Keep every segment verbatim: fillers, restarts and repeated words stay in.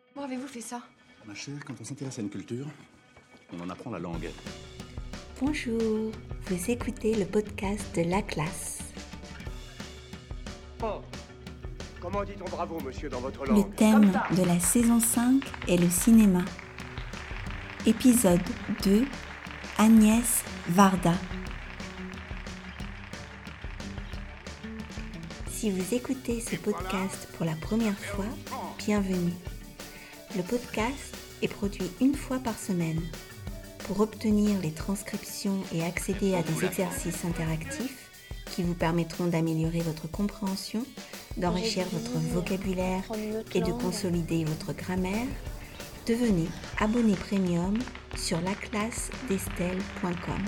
Comment avez-vous fait ça? Ma chère, quand on s'intéresse à une culture, on en apprend la langue. Bonjour, vous écoutez le podcast de La Classe. Oh. Comment dit-on bravo, monsieur, dans votre langue? Le thème de la saison cinq est le cinéma. Épisode deux, Agnès Varda. Si vous écoutez ce podcast pour la première fois, bienvenue. Le podcast est produit une fois par semaine. Pour obtenir les transcriptions et accéder à des exercices interactifs qui vous permettront d'améliorer votre compréhension, d'enrichir votre vocabulaire et de consolider votre grammaire, devenez abonné premium sur la classe d'estelle point com.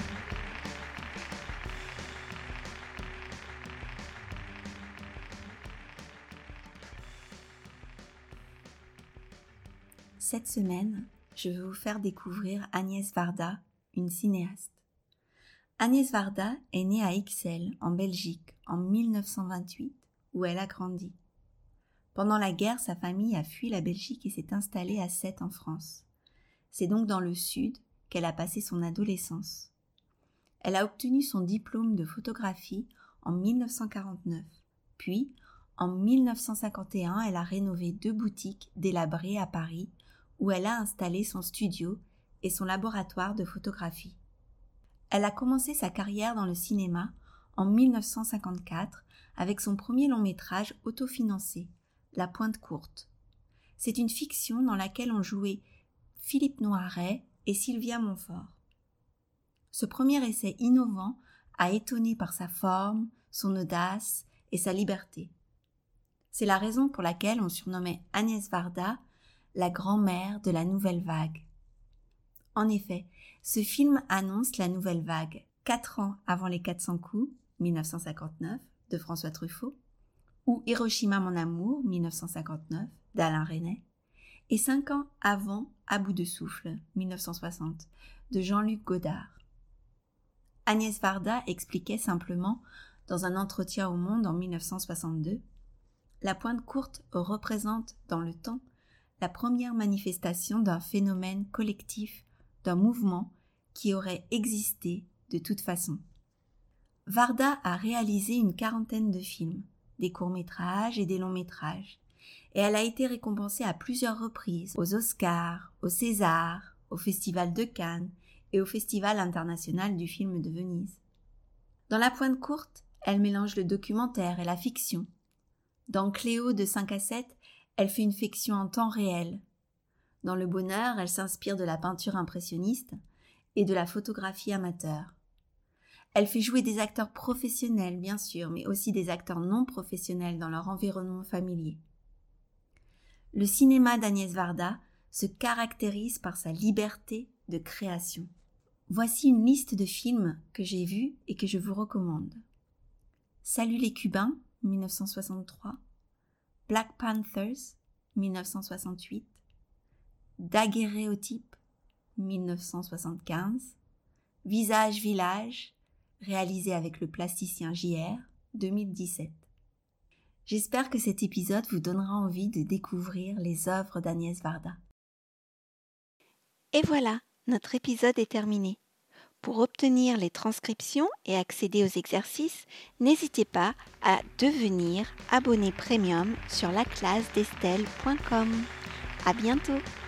Cette semaine, je vais vous faire découvrir Agnès Varda, une cinéaste. Agnès Varda est née à Ixelles, en Belgique, en mille neuf cent vingt-huit, où elle a grandi. Pendant la guerre, sa famille a fui la Belgique et s'est installée à Sète en France. C'est donc dans le sud qu'elle a passé son adolescence. Elle a obtenu son diplôme de photographie en mille neuf cent quarante-neuf, puis en mille neuf cent cinquante et un, elle a rénové deux boutiques délabrées à Paris, où elle a installé son studio et son laboratoire de photographie. Elle a commencé sa carrière dans le cinéma en mille neuf cent cinquante-quatre avec son premier long-métrage autofinancé, La Pointe Courte. C'est une fiction dans laquelle ont joué Philippe Noiret et Sylvia Montfort. Ce premier essai innovant a étonné par sa forme, son audace et sa liberté. C'est la raison pour laquelle on surnommait Agnès Varda la grand-mère de la nouvelle vague. En effet, ce film annonce la nouvelle vague, quatre ans avant Les quatre cents coups, mille neuf cent cinquante-neuf, de François Truffaut, ou Hiroshima mon amour, mille neuf cent cinquante-neuf, d'Alain Resnais, et cinq ans avant À bout de souffle, mille neuf cent soixante, de Jean-Luc Godard. Agnès Varda expliquait simplement, dans un entretien au Monde en mille neuf cent soixante-deux, La Pointe Courte représente dans le temps la première manifestation d'un phénomène collectif, d'un mouvement qui aurait existé de toute façon. Varda a réalisé une quarantaine de films, des courts-métrages et des longs-métrages, et elle a été récompensée à plusieurs reprises aux Oscars, au César, au Festival de Cannes et au Festival international du film de Venise. Dans La Pointe Courte, elle mélange le documentaire et la fiction. Dans Cléo de cinq à sept, elle fait une fiction en temps réel. Dans Le Bonheur, elle s'inspire de la peinture impressionniste et de la photographie amateur. Elle fait jouer des acteurs professionnels, bien sûr, mais aussi des acteurs non professionnels dans leur environnement familier. Le cinéma d'Agnès Varda se caractérise par sa liberté de création. Voici une liste de films que j'ai vus et que je vous recommande. Salut les Cubains, mille neuf cent soixante-trois. Black Panthers, mille neuf cent soixante-huit, Daguerréotype, mille neuf cent soixante-quinze, Visage Village, réalisé avec le plasticien J R, deux mille dix-sept. J'espère que cet épisode vous donnera envie de découvrir les œuvres d'Agnès Varda. Et voilà, notre épisode est terminé. Pour obtenir les transcriptions et accéder aux exercices, n'hésitez pas à devenir abonné premium sur la classe d'estelle point com. À bientôt!